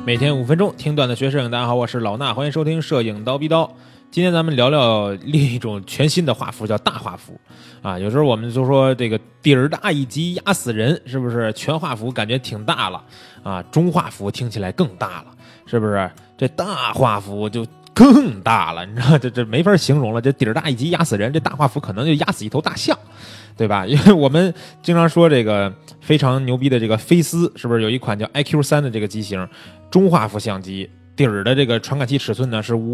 每天5分钟听段子学摄影，大家好，我是老衲，欢迎收听摄影刀逼刀。今天咱们聊聊另一种全新的画幅，叫大画幅啊。有时候我们就说这个底儿大一级压死人，是不是？全画幅感觉挺大了啊，中画幅听起来更大了，是不是？这大画幅就更大了，你知道这没法形容了。这底儿大一级压死人，这大画幅可能就压死一头大象，对吧？因为我们经常说这个非常牛逼的这个菲斯，是不是有一款叫 IQ3 的这个机型，中画幅相机，底儿的这个传感器尺寸呢是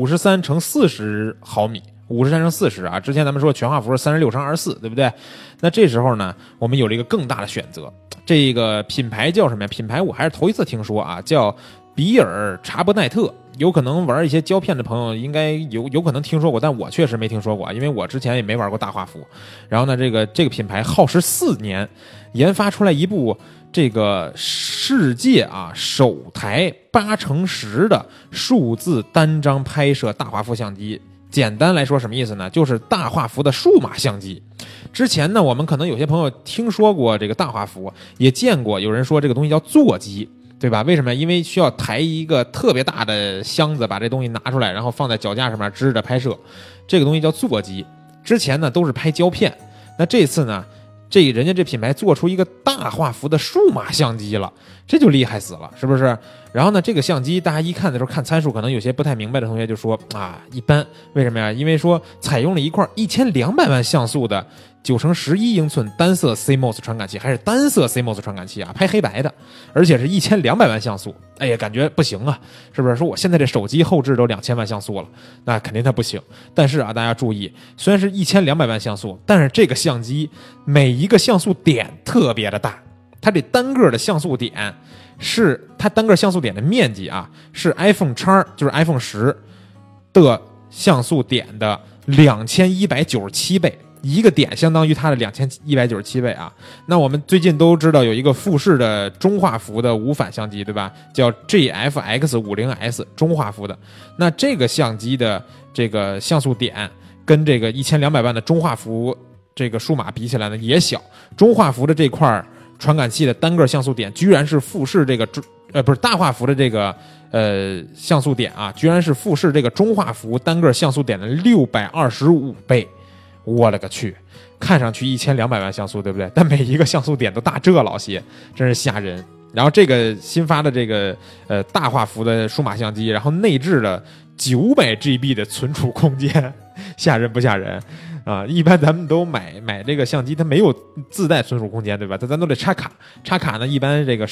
53×40毫米，53×40啊。之前咱们说全画幅是36×24，对不对？那这时候呢，我们有了一个更大的选择。这个品牌叫什么呀？品牌我还是头一次听说啊，叫比尔查伯奈特。有可能玩一些胶片的朋友应该有可能听说过，但我确实没听说过，因为我之前也没玩过大画幅。然后呢，这个品牌耗时4年，研发出来一部这个世界首台8×10的数字单张拍摄大画幅相机。简单来说什么意思呢？就是大画幅的数码相机。之前呢，我们可能有些朋友听说过这个大画幅，也见过有人说这个东西叫座机，对吧？为什么？因为需要抬一个特别大的箱子，把这东西拿出来，然后放在脚架上面支着拍摄。这个东西叫座机。之前呢都是拍胶片，那这次呢，人家这品牌做出一个大画幅的数码相机了，这就厉害死了，是不是？然后呢，这个相机大家一看的时候看参数，可能有些不太明白的同学就说一般。为什么呀？因为说采用了一块1200万像素的9×11英寸单色 CMOS 传感器，还是单色 CMOS 传感器啊，拍黑白的，而且是1200万像素。哎呀，感觉不行啊，是不是？说我现在这手机后置都2000万像素了，那肯定它不行。但是大家注意，虽然是1200万像素，但是这个相机每一个像素点特别的大，它这单个的像素点是它单个像素点的面积是 iPhone X 就是 iPhone 10的像素点的2197倍，一个点相当于它的2197倍啊。那我们最近都知道有一个富士的中画幅的无反相机，对吧？叫 GFX50S 中画幅的。那这个相机的这个像素点跟这个1200万的中画幅这个数码比起来呢也小，中画幅的这块传感器的单个像素点居然是富士这个不是大画幅的这个像素点居然是富士这个中画幅单个像素点的625倍。我勒个去，看上去1200万像素，对不对？但每一个像素点都大这老些，真是吓人。然后这个新发的这个大画幅的数码相机，然后内置了900GB 的存储空间，吓人不吓人？一般咱们都买这个相机，它没有自带存储空间，对吧？咱都得插卡，插卡呢，一般这个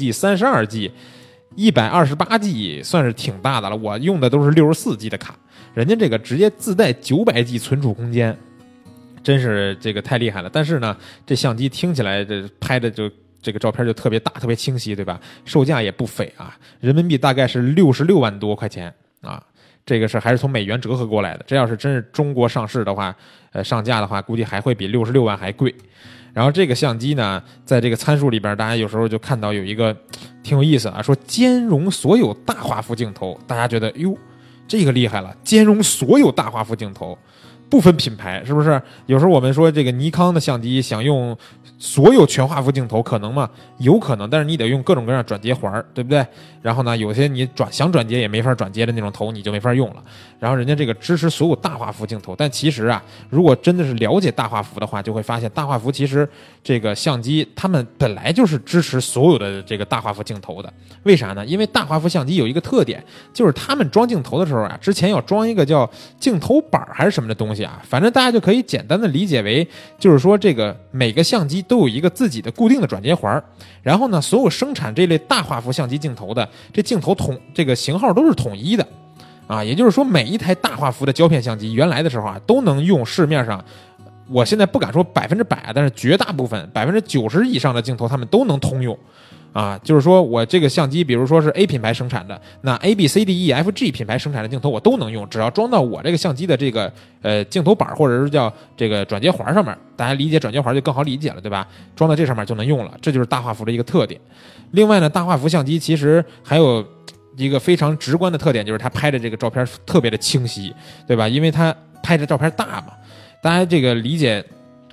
16G、32G、128G 算是挺大的了。我用的都是64G 的卡，人家这个直接自带900G 存储空间，真是这个太厉害了。但是呢，这相机听起来这拍的就这个照片就特别大、特别清晰，对吧？售价也不菲人民币大概是66万多块钱这个是还是从美元折合过来的。这要是真是中国上市的话，上架的话，估计还会比66万还贵。然后这个相机呢，在这个参数里边，大家有时候就看到有一个挺有意思说兼容所有大画幅镜头，大家觉得哟，这个厉害了，兼容所有大画幅镜头。不分品牌，是不是？有时候我们说这个尼康的相机想用所有全画幅镜头，可能吗？有可能，但是你得用各种各样转接环，对不对？然后呢，有些你想转接也没法转接的那种头，你就没法用了。然后人家这个支持所有大画幅镜头，但其实如果真的是了解大画幅的话，就会发现大画幅其实这个相机他们本来就是支持所有的这个大画幅镜头的。为啥呢？因为大画幅相机有一个特点，就是他们装镜头的时候之前要装一个叫镜头板还是什么的东西反正大家就可以简单的理解为，就是说这个每个相机都有一个自己的固定的转接环，然后呢，所有生产这类大画幅相机镜头的这镜头这个型号都是统一的也就是说每一台大画幅的胶片相机原来的时候都能用市面上，我现在不敢说100%，但是绝大部分90%以上的镜头他们都能通用就是说我这个相机比如说是 A 品牌生产的，那 ABCDEFG 品牌生产的镜头我都能用，只要装到我这个相机的这个镜头板或者是叫这个转接环上面，大家理解转接环就更好理解了，对吧？装到这上面就能用了，这就是大画幅的一个特点。另外呢，大画幅相机其实还有一个非常直观的特点，就是它拍的这个照片特别的清晰，对吧？因为它拍的照片大嘛，大家这个理解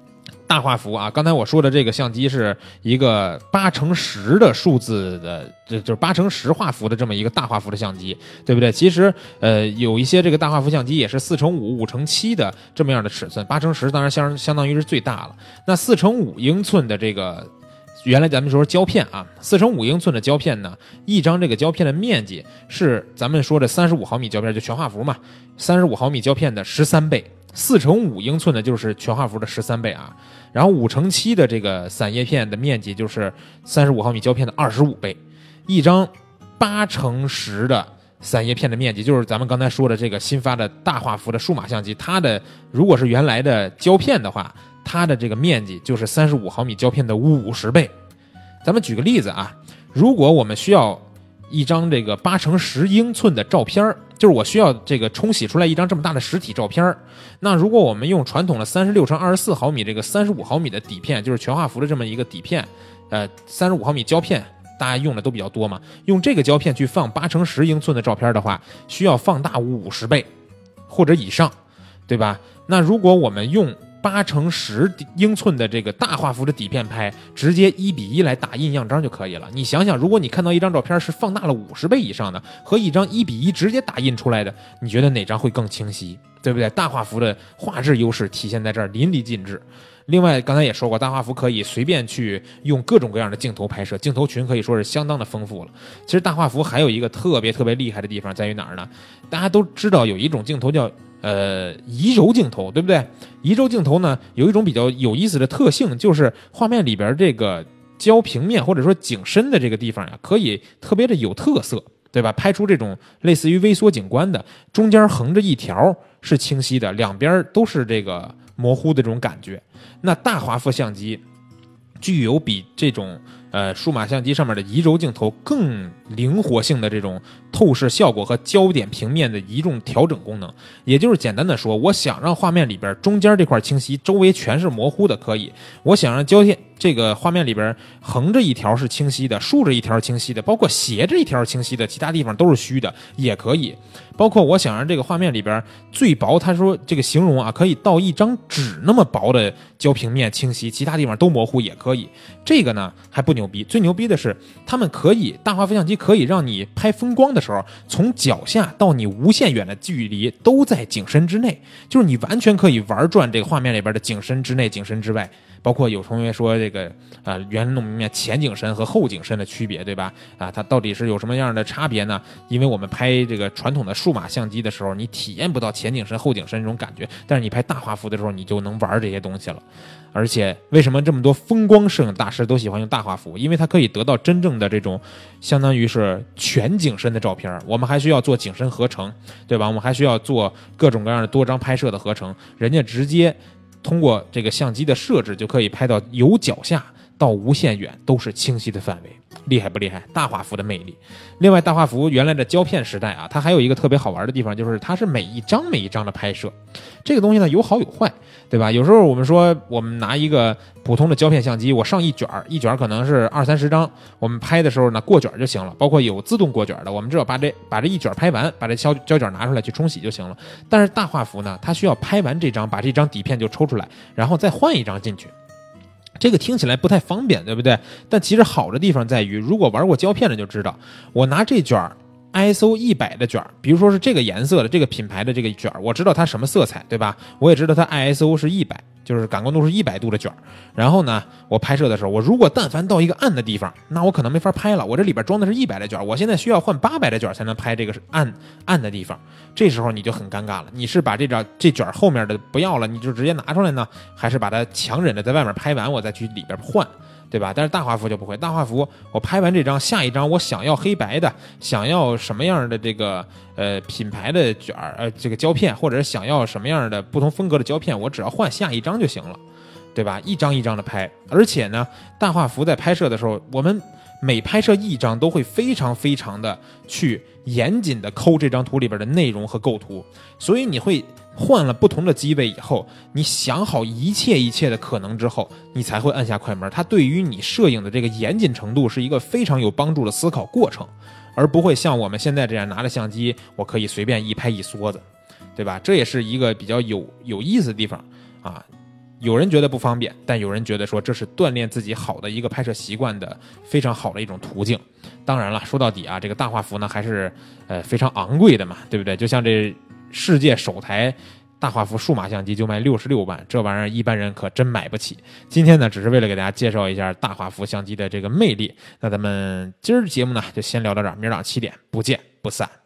大画幅啊，刚才我说的这个相机是一个8×10的数字的，就是8×10画幅的这么一个大画幅的相机，对不对？其实有一些这个大画幅相机也是4×5、5×7的这么样的尺寸，8×10当然相当于是最大了。那4×5英寸的这个，原来咱们说胶片啊，4×5英寸的胶片呢，一张这个胶片的面积是咱们说的35毫米胶片，就全画幅嘛，35毫米胶片的13倍。4×5英寸的就是全画幅的13倍啊，然后5×7的这个散叶片的面积就是35毫米胶片的25倍，一张8×10的散叶片的面积就是咱们刚才说的这个新发的大画幅的数码相机，它的如果是原来的胶片的话，它的这个面积就是35毫米胶片的50倍。咱们举个例子啊，如果我们需要一张这个8×10英寸的照片，就是我需要这个冲洗出来一张这么大的实体照片，那如果我们用传统的36×24毫米这个35毫米的底片，就是全画幅的这么一个底片，35毫米胶片大家用的都比较多嘛，用这个胶片去放8×10英寸的照片的话，需要放大50倍或者以上，对吧？那如果我们用8×10英寸的这个大画幅的底片拍，直接1:1来打印样张就可以了。你想想，如果你看到一张照片是放大了50倍以上的，和一张1:1直接打印出来的，你觉得哪张会更清晰？对不对？大画幅的画质优势体现在这儿淋漓尽致。另外，刚才也说过，大画幅可以随便去用各种各样的镜头拍摄，镜头群可以说是相当的丰富了。其实大画幅还有一个特别厉害的地方在于哪儿呢？大家都知道有一种镜头叫移轴镜头，对不对？移轴镜头呢有一种比较有意思的特性，就是画面里边这个焦平面或者说景深的这个地方呀，可以特别的有特色，对吧？拍出这种类似于微缩景观的，中间横着一条是清晰的，两边都是这个模糊的这种感觉。那大画幅相机具有比这种数码相机上面的移轴镜头更灵活性的这种透视效果和焦点平面的一种调整功能。也就是简单的说，我想让画面里边中间这块清晰，周围全是模糊的可以；我想让这个画面里边横着一条是清晰的，竖着一条清晰的，包括斜着一条清晰的，其他地方都是虚的也可以。包括我想让这个画面里边最薄，他说这个形容啊，可以到一张纸那么薄的焦平面清晰，其他地方都模糊也可以。这个呢还不牛逼，最牛逼的是他们可以大画幅相机可以让你拍风光的时候，从脚下到你无限远的距离都在景深之内，就是你完全可以玩转这个画面里边的景深之内景深之外。包括有同学说这个原弄明白前景深和后景深的区别，对吧？它到底是有什么样的差别呢？因为我们拍这个传统的数码相机的时候，你体验不到前景深后景深这种感觉，但是你拍大画幅的时候，你就能玩这些东西了。而且为什么这么多风光摄影大师都喜欢用大画幅？因为它可以得到真正的这种相当于是全景深的照片。我们还需要做景深合成，对吧？我们还需要做各种各样的多张拍摄的合成，人家直接通过这个相机的设置就可以拍到由脚下到无限远都是清晰的范围，厉害不厉害？大画幅的魅力。另外，大画幅原来的胶片时代啊，它还有一个特别好玩的地方，就是它是每一张的拍摄。这个东西呢有好有坏，对吧？有时候我们说我们拿一个普通的胶片相机，我上一卷可能是20-30张，我们拍的时候呢过卷就行了，包括有自动过卷的，我们只要把这一卷拍完，把这胶卷拿出来去冲洗就行了。但是大画幅呢，它需要拍完这张，把这张底片就抽出来，然后再换一张进去。这个听起来不太方便，对不对？但其实好的地方在于，如果玩过胶片的就知道，我拿这卷ISO 100的卷，比如说是这个颜色的这个品牌的这个卷，我知道它什么色彩，对吧？我也知道它 ISO 是100，就是感光度是100度的卷。然后呢，我拍摄的时候，我如果但凡到一个暗的地方，那我可能没法拍了。我这里边装的是100的卷，我现在需要换800的卷才能拍这个是暗的地方。这时候你就很尴尬了，你是把这卷后面的不要了，你就直接拿出来呢，还是把它强忍的在外面拍完，我再去里边换？对吧？但是大画幅就不会，大画幅我拍完这张，下一张我想要黑白的，想要什么样的这个品牌的卷这个胶片，或者是想要什么样的不同风格的胶片，我只要换下一张就行了，对吧？一张一张的拍。而且呢，大画幅在拍摄的时候，我们每拍摄一张都会非常的去严谨的抠这张图里边的内容和构图，所以你会换了不同的机位以后，你想好一切的可能之后，你才会按下快门。它对于你摄影的这个严谨程度是一个非常有帮助的思考过程，而不会像我们现在这样拿着相机，我可以随便一拍一梭子，对吧？这也是一个比较有意思的地方啊。 有人觉得不方便，但有人觉得说这是锻炼自己好的一个拍摄习惯的非常好的一种途径。当然了，说到底啊，这个大画幅呢还是非常昂贵的嘛，对不对？就像这世界首台大画幅数码相机就卖66万，这玩意儿一般人可真买不起。今天呢，只是为了给大家介绍一下大画幅相机的这个魅力。那咱们今儿节目呢就先聊到这儿，明儿早上7点不见不散。